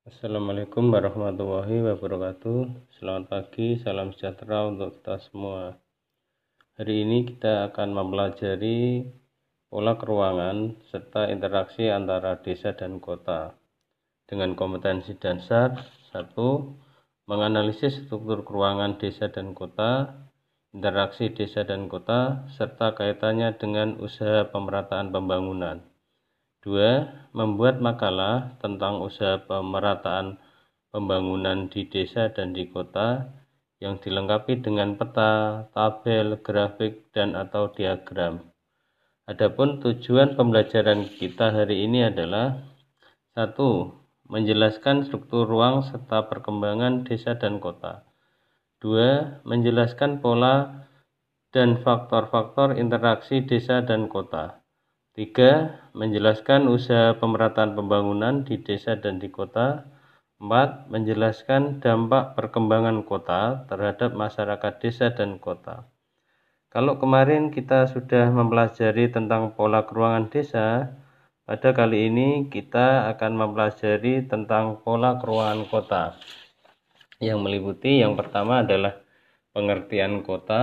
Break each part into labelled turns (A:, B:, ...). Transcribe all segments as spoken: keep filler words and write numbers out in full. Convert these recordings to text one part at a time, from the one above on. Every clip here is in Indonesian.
A: Assalamualaikum warahmatullahi wabarakatuh. Selamat pagi, salam sejahtera untuk kita semua. Hari ini kita akan mempelajari pola keruangan serta interaksi antara desa dan kota dengan kompetensi dasar. Satu, menganalisis struktur keruangan desa dan kota, interaksi desa dan kota, serta kaitannya dengan usaha pemerataan pembangunan. Dua, membuat makalah tentang usaha pemerataan pembangunan di desa dan di kota yang dilengkapi dengan peta, tabel, grafik, dan atau diagram. Adapun tujuan pembelajaran kita hari ini adalah satu, menjelaskan struktur ruang serta perkembangan desa dan kota. Dua, menjelaskan pola dan faktor-faktor interaksi desa dan kota. Tiga, menjelaskan usaha pemerataan pembangunan di desa dan di kota. Empat, menjelaskan dampak perkembangan kota terhadap masyarakat desa dan kota. Kalau kemarin kita sudah mempelajari tentang pola keruangan desa, pada kali ini kita akan mempelajari tentang pola keruangan kota, yang meliputi yang pertama adalah pengertian kota,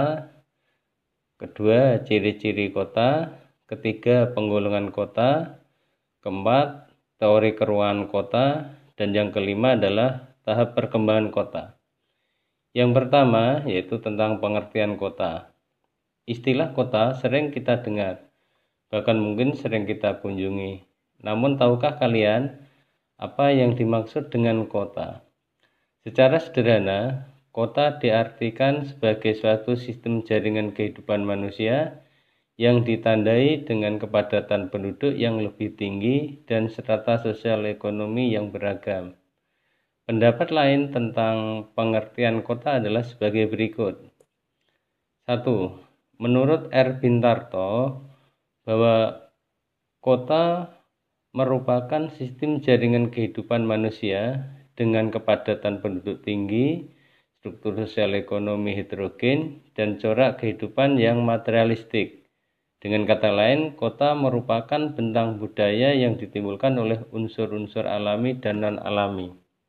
A: kedua ciri-ciri kota, ketiga penggolongan kota, keempat teori keruangan kota, dan yang kelima adalah tahap perkembangan kota. Yang pertama yaitu tentang pengertian kota. Istilah kota sering kita dengar, bahkan mungkin sering kita kunjungi. Namun tahukah kalian apa yang dimaksud dengan kota? Secara sederhana, kota diartikan sebagai suatu sistem jaringan kehidupan manusia yang ditandai dengan kepadatan penduduk yang lebih tinggi dan strata sosial ekonomi yang beragam. Pendapat lain tentang pengertian kota adalah sebagai berikut. Satu, menurut R. Bintarto, bahwa kota merupakan sistem jaringan kehidupan manusia dengan kepadatan penduduk tinggi, struktur sosial ekonomi heterogen, dan corak kehidupan yang materialistik. Dengan kata lain, kota merupakan bentang budaya yang ditimbulkan oleh unsur-unsur alami dan non-alami.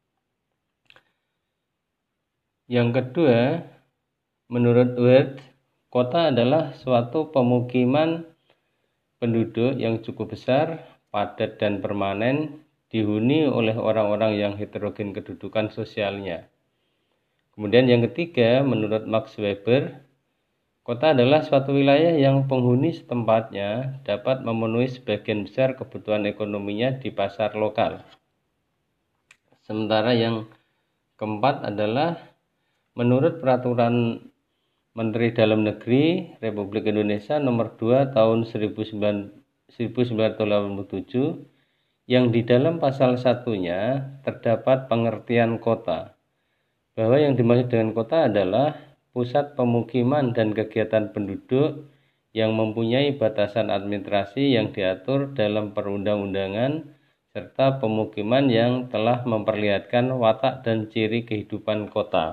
A: Yang kedua, menurut Ward, kota adalah suatu pemukiman penduduk yang cukup besar, padat dan permanen, dihuni oleh orang-orang yang heterogen kedudukan sosialnya. Kemudian yang ketiga, menurut Max Weber, kota adalah suatu wilayah yang penghuni setempatnya dapat memenuhi sebagian besar kebutuhan ekonominya di pasar lokal. Sementara yang keempat adalah menurut Peraturan Menteri Dalam Negeri Republik Indonesia nomor dua tahun seribu sembilan ratus delapan puluh tujuh yang di dalam pasal satunya terdapat pengertian kota, bahwa yang dimaksud dengan kota adalah pusat pemukiman dan kegiatan penduduk yang mempunyai batasan administrasi yang diatur dalam perundang-undangan serta pemukiman yang telah memperlihatkan watak dan ciri kehidupan kota.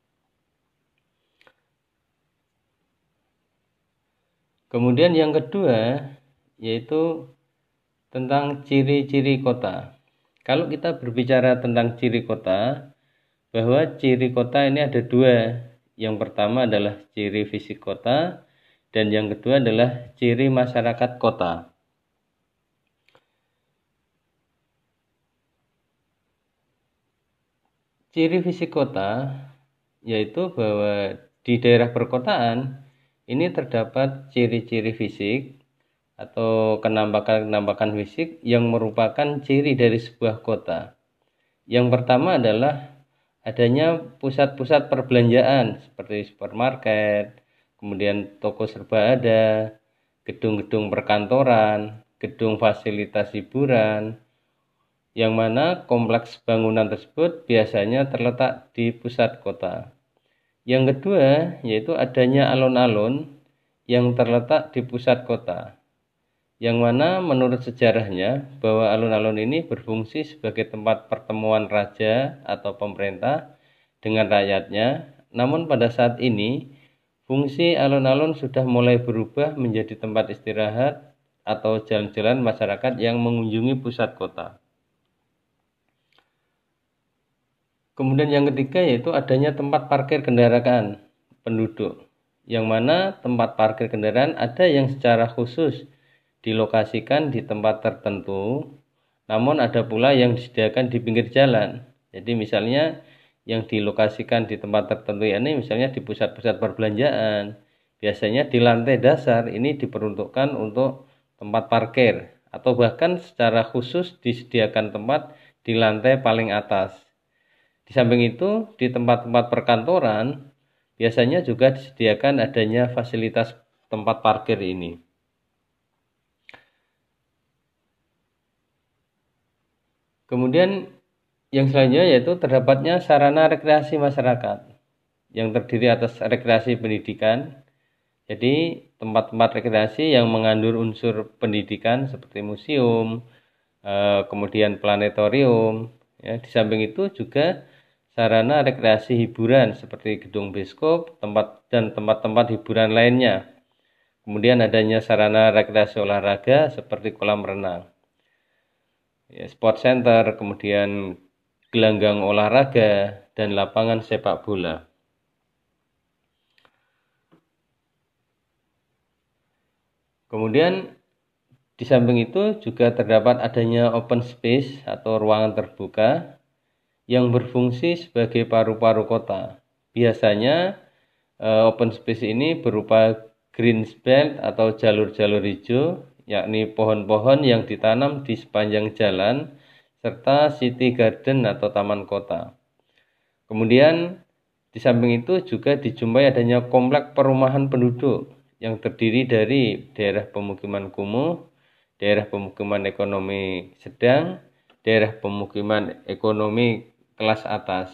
A: Kemudian yang kedua yaitu tentang ciri-ciri kota. Kalau kita berbicara tentang ciri kota, bahwa ciri kota ini ada dua. Yang pertama adalah ciri fisik kota, dan yang kedua adalah ciri masyarakat kota. Ciri fisik kota yaitu bahwa di daerah perkotaan ini terdapat ciri-ciri fisik atau kenampakan-kenampakan fisik yang merupakan ciri dari sebuah kota. Yang pertama adalah adanya pusat-pusat perbelanjaan seperti supermarket, kemudian toko serba ada, gedung-gedung perkantoran, gedung fasilitas hiburan, yang mana kompleks bangunan tersebut biasanya terletak di pusat kota. Yang kedua yaitu adanya alun-alun yang terletak di pusat kota, yang mana menurut sejarahnya bahwa alun-alun ini berfungsi sebagai tempat pertemuan raja atau pemerintah dengan rakyatnya. Namun pada saat ini fungsi alun-alun sudah mulai berubah menjadi tempat istirahat atau jalan-jalan masyarakat yang mengunjungi pusat kota. Kemudian yang ketiga yaitu adanya tempat parkir kendaraan penduduk, yang mana tempat parkir kendaraan ada yang secara khusus dilokasikan di tempat tertentu, namun ada pula yang disediakan di pinggir jalan. Jadi misalnya yang dilokasikan di tempat tertentu ini misalnya di pusat-pusat perbelanjaan, biasanya di lantai dasar ini diperuntukkan untuk tempat parkir, atau bahkan secara khusus disediakan tempat di lantai paling atas. Di samping itu, di tempat-tempat perkantoran biasanya juga disediakan adanya fasilitas tempat parkir ini. Kemudian yang selanjutnya yaitu terdapatnya sarana rekreasi masyarakat yang terdiri atas rekreasi pendidikan. Jadi tempat-tempat rekreasi yang mengandung unsur pendidikan seperti museum, kemudian planetarium. Ya, di samping itu juga sarana rekreasi hiburan seperti gedung bioskop, tempat dan tempat-tempat hiburan lainnya. Kemudian adanya sarana rekreasi olahraga seperti kolam renang, ya, sport center, kemudian gelanggang olahraga dan lapangan sepak bola. Kemudian di samping itu juga terdapat adanya open space atau ruangan terbuka yang berfungsi sebagai paru-paru kota. Biasanya open space ini berupa green belt atau jalur-jalur hijau, yakni pohon-pohon yang ditanam di sepanjang jalan, serta city garden atau taman kota. Kemudian di samping itu juga dijumpai adanya komplek perumahan penduduk yang terdiri dari daerah pemukiman kumuh, daerah pemukiman ekonomi sedang, daerah pemukiman ekonomi kelas atas.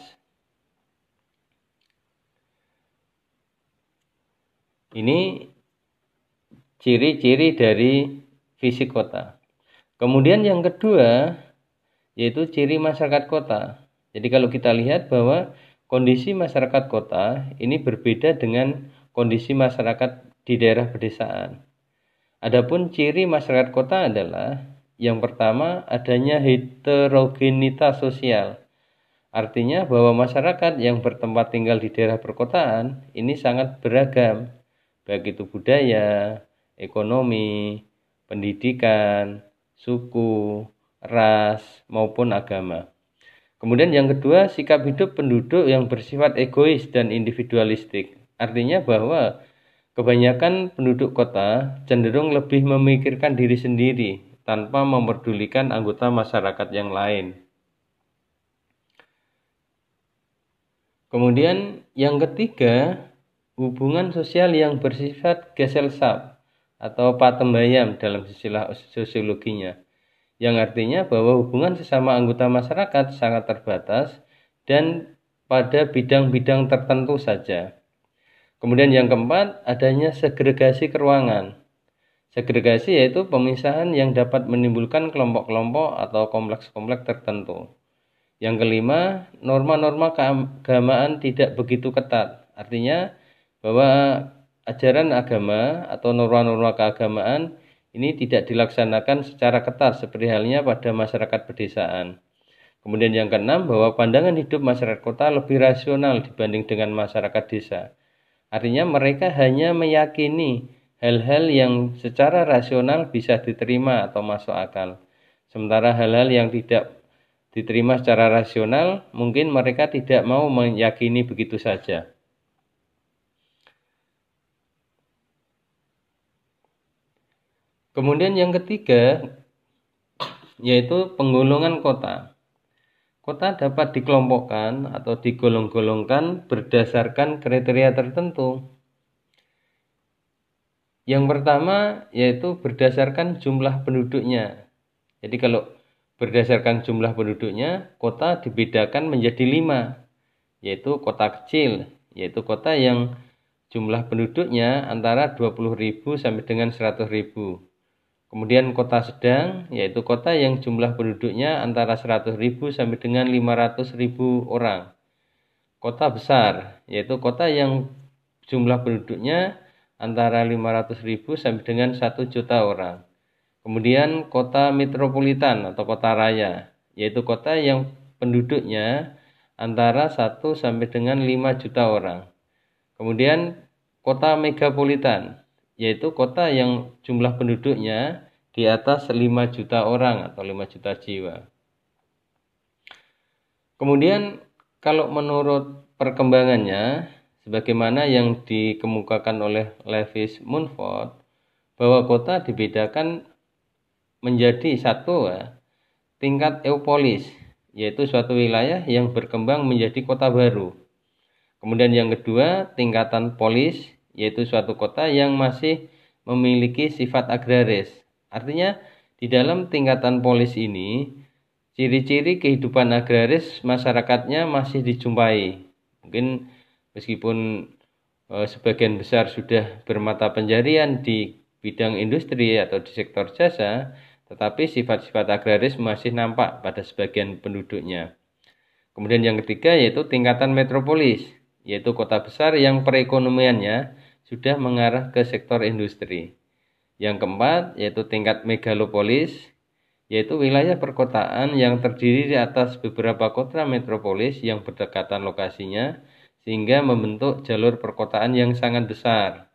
A: Ini ciri-ciri dari fisik kota. Kemudian yang kedua yaitu ciri masyarakat kota. Jadi kalau kita lihat bahwa kondisi masyarakat kota ini berbeda dengan kondisi masyarakat di daerah pedesaan. Adapun ciri masyarakat kota adalah yang pertama adanya heterogenitas sosial. Artinya bahwa masyarakat yang bertempat tinggal di daerah perkotaan ini sangat beragam, baik itu budaya, ekonomi, pendidikan, suku, ras, maupun agama. Kemudian yang kedua, sikap hidup penduduk yang bersifat egois dan individualistik. Artinya bahwa kebanyakan penduduk kota cenderung lebih memikirkan diri sendiri tanpa memperdulikan anggota masyarakat yang lain. Kemudian yang ketiga, hubungan sosial yang bersifat gesellschaft atau patembayam dalam istilah sosiologinya, yang artinya bahwa hubungan sesama anggota masyarakat sangat terbatas dan pada bidang-bidang tertentu saja. Kemudian yang keempat, adanya segregasi keruangan. Segregasi yaitu pemisahan yang dapat menimbulkan kelompok-kelompok atau kompleks-kompleks tertentu. Yang kelima, norma-norma keagamaan tidak begitu ketat. Artinya bahwa ajaran agama atau norma-norma keagamaan ini tidak dilaksanakan secara ketat seperti halnya pada masyarakat pedesaan. Kemudian yang keenam, bahwa pandangan hidup masyarakat kota lebih rasional dibanding dengan masyarakat desa. Artinya mereka hanya meyakini hal-hal yang secara rasional bisa diterima atau masuk akal. Sementara hal-hal yang tidak diterima secara rasional, mungkin mereka tidak mau meyakini begitu saja. Kemudian yang ketiga, yaitu penggolongan kota. Kota dapat dikelompokkan atau digolong-golongkan berdasarkan kriteria tertentu. Yang pertama, yaitu berdasarkan jumlah penduduknya. Jadi kalau berdasarkan jumlah penduduknya, kota dibedakan menjadi lima, yaitu kota kecil, yaitu kota yang jumlah penduduknya antara dua puluh ribu sampai dengan seratus ribu. Kemudian kota sedang, yaitu kota yang jumlah penduduknya antara seratus ribu sampai dengan lima ratus ribu orang. Kota besar, yaitu kota yang jumlah penduduknya antara lima ratus ribu sampai dengan satu juta orang. Kemudian kota metropolitan atau kota raya, yaitu kota yang penduduknya antara satu sampai dengan lima juta orang. Kemudian kota megapolitan, yaitu kota yang jumlah penduduknya di atas lima juta orang atau lima juta jiwa. Kemudian kalau menurut perkembangannya, sebagaimana yang dikemukakan oleh Lewis Mumford, bahwa kota dibedakan menjadi satu ya, tingkat eupolis, yaitu suatu wilayah yang berkembang menjadi kota baru. Kemudian yang kedua, tingkatan polis, yaitu suatu kota yang masih memiliki sifat agraris. Artinya di dalam tingkatan polis ini, ciri-ciri kehidupan agraris masyarakatnya masih dijumpai. Mungkin meskipun eh, sebagian besar sudah bermata pencarian di bidang industri atau di sektor jasa, tetapi sifat-sifat agraris masih nampak pada sebagian penduduknya. Kemudian yang ketiga yaitu tingkatan metropolis, yaitu kota besar yang perekonomiannya sudah mengarah ke sektor industri. Yang keempat yaitu tingkat megalopolis, yaitu wilayah perkotaan yang terdiri di atas beberapa kota metropolis yang berdekatan lokasinya, sehingga membentuk jalur perkotaan yang sangat besar.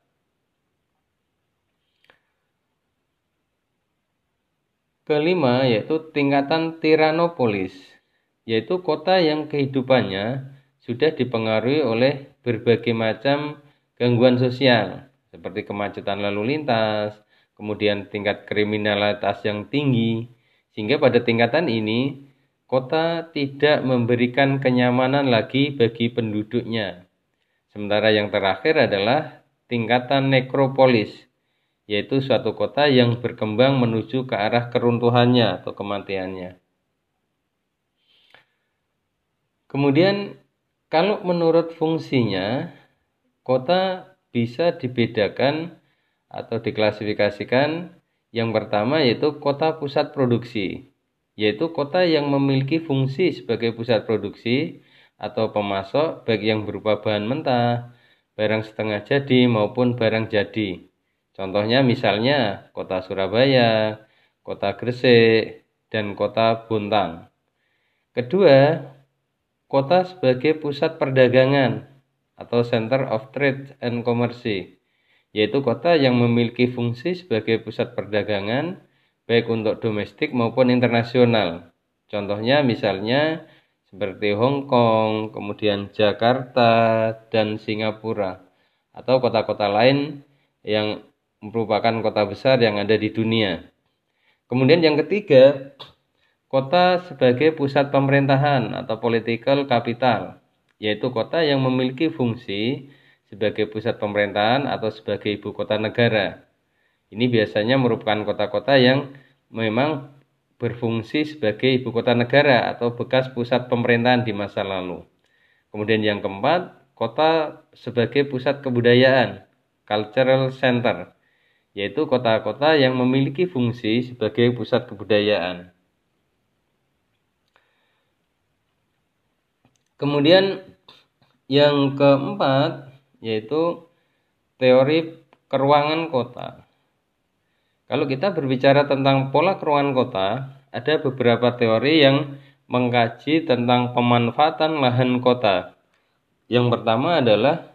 A: Kelima yaitu tingkatan tiranopolis, yaitu kota yang kehidupannya sudah dipengaruhi oleh berbagai macam gangguan sosial, seperti kemacetan lalu lintas, kemudian tingkat kriminalitas yang tinggi, sehingga pada tingkatan ini kota tidak memberikan kenyamanan lagi bagi penduduknya. Sementara yang terakhir adalah tingkatan nekropolis, yaitu suatu kota yang berkembang menuju ke arah keruntuhannya atau kematiannya. Kemudian kalau menurut fungsinya, kota bisa dibedakan atau diklasifikasikan. Yang pertama yaitu kota pusat produksi, yaitu kota yang memiliki fungsi sebagai pusat produksi atau pemasok baik yang berupa bahan mentah, barang setengah jadi maupun barang jadi. Contohnya misalnya kota Surabaya, kota Gresik, dan kota Bontang. Kedua, kota sebagai pusat perdagangan atau Center of Trade and Commerce, yaitu kota yang memiliki fungsi sebagai pusat perdagangan baik untuk domestik maupun internasional. Contohnya misalnya seperti Hong Kong, kemudian Jakarta, dan Singapura, atau kota-kota lain yang merupakan kota besar yang ada di dunia. Kemudian yang ketiga, kota sebagai pusat pemerintahan atau political capital, yaitu kota yang memiliki fungsi sebagai pusat pemerintahan atau sebagai ibu kota negara. Ini biasanya merupakan kota-kota yang memang berfungsi sebagai ibu kota negara atau bekas pusat pemerintahan di masa lalu. Kemudian yang keempat, kota sebagai pusat kebudayaan, cultural center, yaitu kota-kota yang memiliki fungsi sebagai pusat kebudayaan. Kemudian yang keempat yaitu teori keruangan kota. Kalau kita berbicara tentang pola keruangan kota, ada beberapa teori yang mengkaji tentang pemanfaatan lahan kota. Yang pertama adalah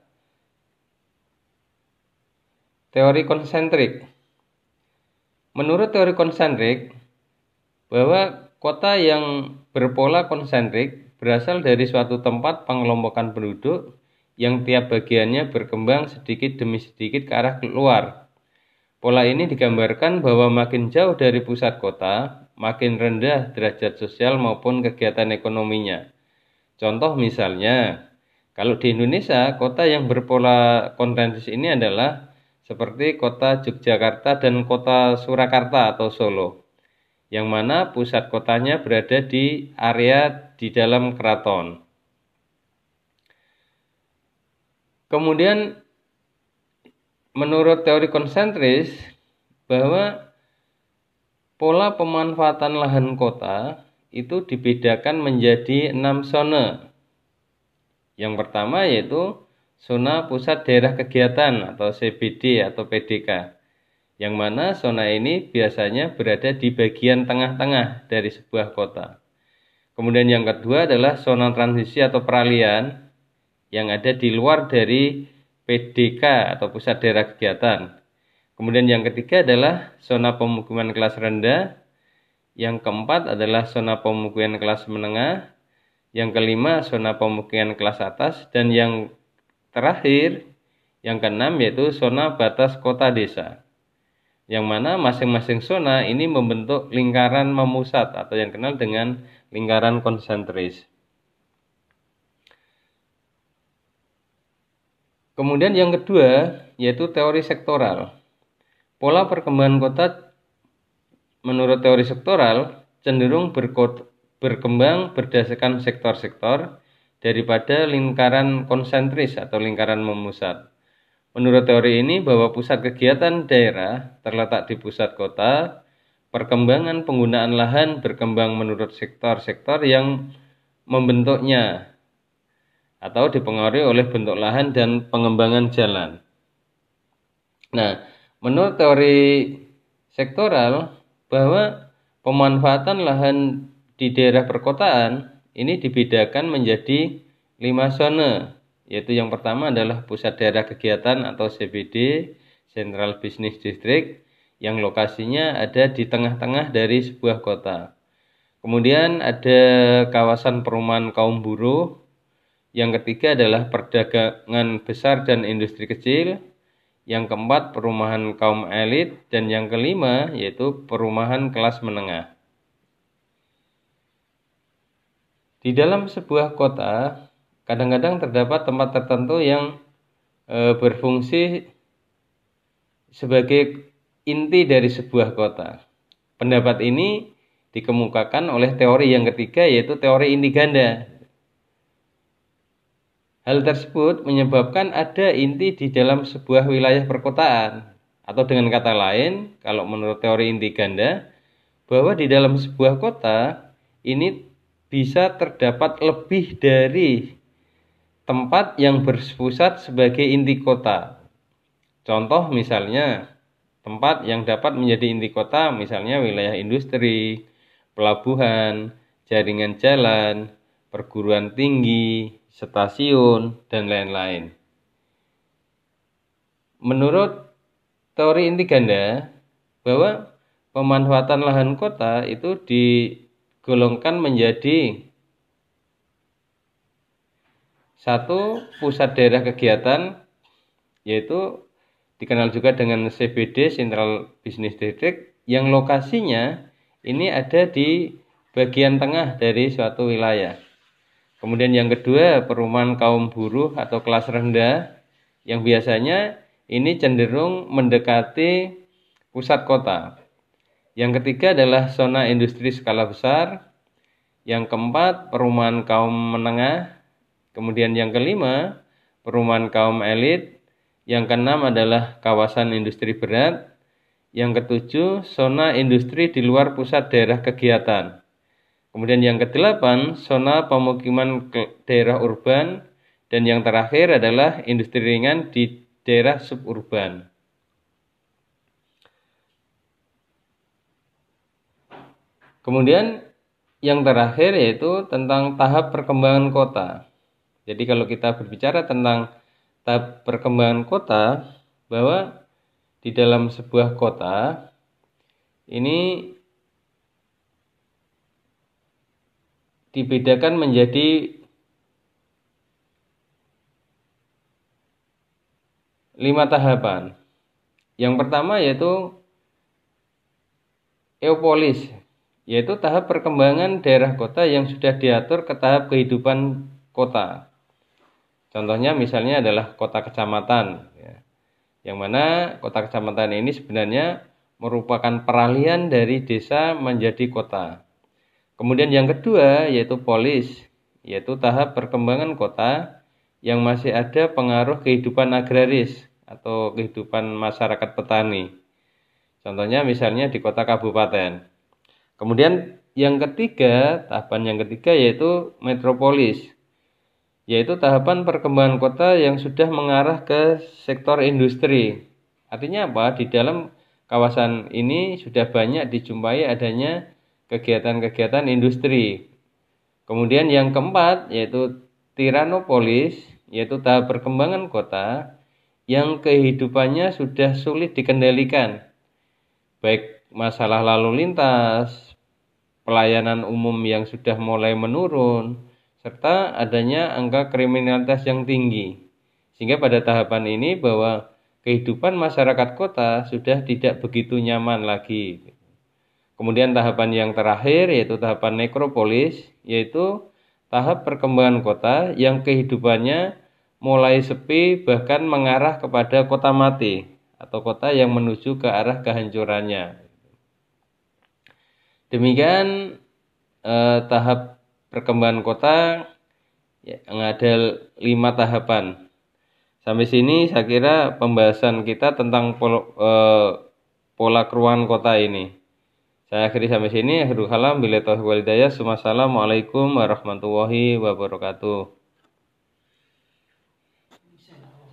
A: teori konsentrik. Menurut teori konsentrik, bahwa kota yang berpola konsentrik berasal dari suatu tempat pengelompokan penduduk yang tiap bagiannya berkembang sedikit demi sedikit ke arah keluar. Pola ini digambarkan bahwa makin jauh dari pusat kota, makin rendah derajat sosial maupun kegiatan ekonominya. Contoh misalnya, kalau di Indonesia, kota yang berpola konsentris ini adalah seperti kota Yogyakarta dan kota Surakarta atau Solo, yang mana pusat kotanya berada di area di dalam keraton. Kemudian menurut teori konsentris bahwa pola pemanfaatan lahan kota itu dibedakan menjadi enam zona. Yang pertama yaitu zona pusat daerah kegiatan atau C B D atau P D K, yang mana zona ini biasanya berada di bagian tengah-tengah dari sebuah kota. Kemudian yang kedua adalah zona transisi atau peralihan yang ada di luar dari P D K atau pusat daerah kegiatan. Kemudian yang ketiga adalah zona pemukiman kelas rendah. Yang keempat adalah zona pemukiman kelas menengah. Yang kelima zona pemukiman kelas atas. Dan yang terakhir, yang keenam yaitu zona batas kota desa. Yang mana masing-masing zona ini membentuk lingkaran memusat atau yang dikenal dengan lingkaran konsentris. Kemudian yang kedua yaitu teori sektoral. Pola perkembangan kota menurut teori sektoral cenderung berkembang berdasarkan sektor-sektor daripada lingkaran konsentris atau lingkaran memusat. Menurut teori ini bahwa pusat kegiatan daerah terletak di pusat kota, perkembangan penggunaan lahan berkembang menurut sektor-sektor yang membentuknya atau dipengaruhi oleh bentuk lahan dan pengembangan jalan. Nah, menurut teori sektoral bahwa pemanfaatan lahan di daerah perkotaan ini dibedakan menjadi lima zona, yaitu yang pertama adalah pusat daerah kegiatan atau C B D, Central Business District, yang lokasinya ada di tengah-tengah dari sebuah kota. Kemudian ada kawasan perumahan kaum buruh. Yang ketiga adalah perdagangan besar dan industri kecil. Yang keempat perumahan kaum elit. Dan yang kelima yaitu perumahan kelas menengah. Di dalam sebuah kota, kadang-kadang terdapat tempat tertentu yang e, berfungsi sebagai inti dari sebuah kota. Pendapat ini dikemukakan oleh teori yang ketiga yaitu teori inti ganda. Hal tersebut menyebabkan ada inti di dalam sebuah wilayah perkotaan. Atau dengan kata lain, kalau menurut teori inti ganda, bahwa di dalam sebuah kota ini bisa terdapat lebih dari tempat yang berpusat sebagai inti kota. Contoh misalnya, tempat yang dapat menjadi inti kota misalnya wilayah industri, pelabuhan, jaringan jalan, perguruan tinggi, stasiun, dan lain-lain. Menurut teori inti ganda, bahwa pemanfaatan lahan kota itu digolongkan menjadi satu, pusat daerah kegiatan, yaitu dikenal juga dengan C B D, Central Business District, yang lokasinya ini ada di bagian tengah dari suatu wilayah. Kemudian yang kedua, perumahan kaum buruh atau kelas rendah, yang biasanya ini cenderung mendekati pusat kota. Yang ketiga adalah zona industri skala besar. Yang keempat, perumahan kaum menengah. Kemudian yang kelima, perumahan kaum elit. Yang keenam adalah kawasan industri berat. Yang ketujuh, zona industri di luar pusat daerah kegiatan. Kemudian yang kedelapan, zona pemukiman daerah urban. Dan yang terakhir adalah industri ringan di daerah suburban. Kemudian yang terakhir yaitu tentang tahap perkembangan kota. Jadi kalau kita berbicara tentang tahap perkembangan kota, bahwa di dalam sebuah kota ini dibedakan menjadi lima tahapan. Yang pertama yaitu eupolis, yaitu tahap perkembangan daerah kota yang sudah diatur ke tahap kehidupan kota. Contohnya misalnya adalah kota kecamatan, ya, yang mana kota kecamatan ini sebenarnya merupakan peralihan dari desa menjadi kota. Kemudian yang kedua yaitu polis, yaitu tahap perkembangan kota yang masih ada pengaruh kehidupan agraris atau kehidupan masyarakat petani. Contohnya misalnya di kota kabupaten. Kemudian yang ketiga, tahapan yang ketiga yaitu metropolis, yaitu tahapan perkembangan kota yang sudah mengarah ke sektor industri. Artinya apa? Di dalam kawasan ini sudah banyak dijumpai adanya kegiatan-kegiatan industri. Kemudian yang keempat yaitu tiranopolis, yaitu tahap perkembangan kota yang kehidupannya sudah sulit dikendalikan, baik masalah lalu lintas, pelayanan umum yang sudah mulai menurun, serta adanya angka kriminalitas yang tinggi. Sehingga pada tahapan ini bahwa kehidupan masyarakat kota sudah tidak begitu nyaman lagi. Kemudian tahapan yang terakhir yaitu tahapan nekropolis, yaitu tahap perkembangan kota yang kehidupannya mulai sepi bahkan mengarah kepada kota mati atau kota yang menuju ke arah kehancurannya. Demikian eh, tahap perkembangan kota yang ada lima tahapan. Sampai sini saya kira pembahasan kita tentang pola, eh, pola keruangan kota ini. Saya akhiri sampai sini. Akhirul kalam, billahi taufiq wal hidayah. Wassalamualaikum warahmatullahi wabarakatuh.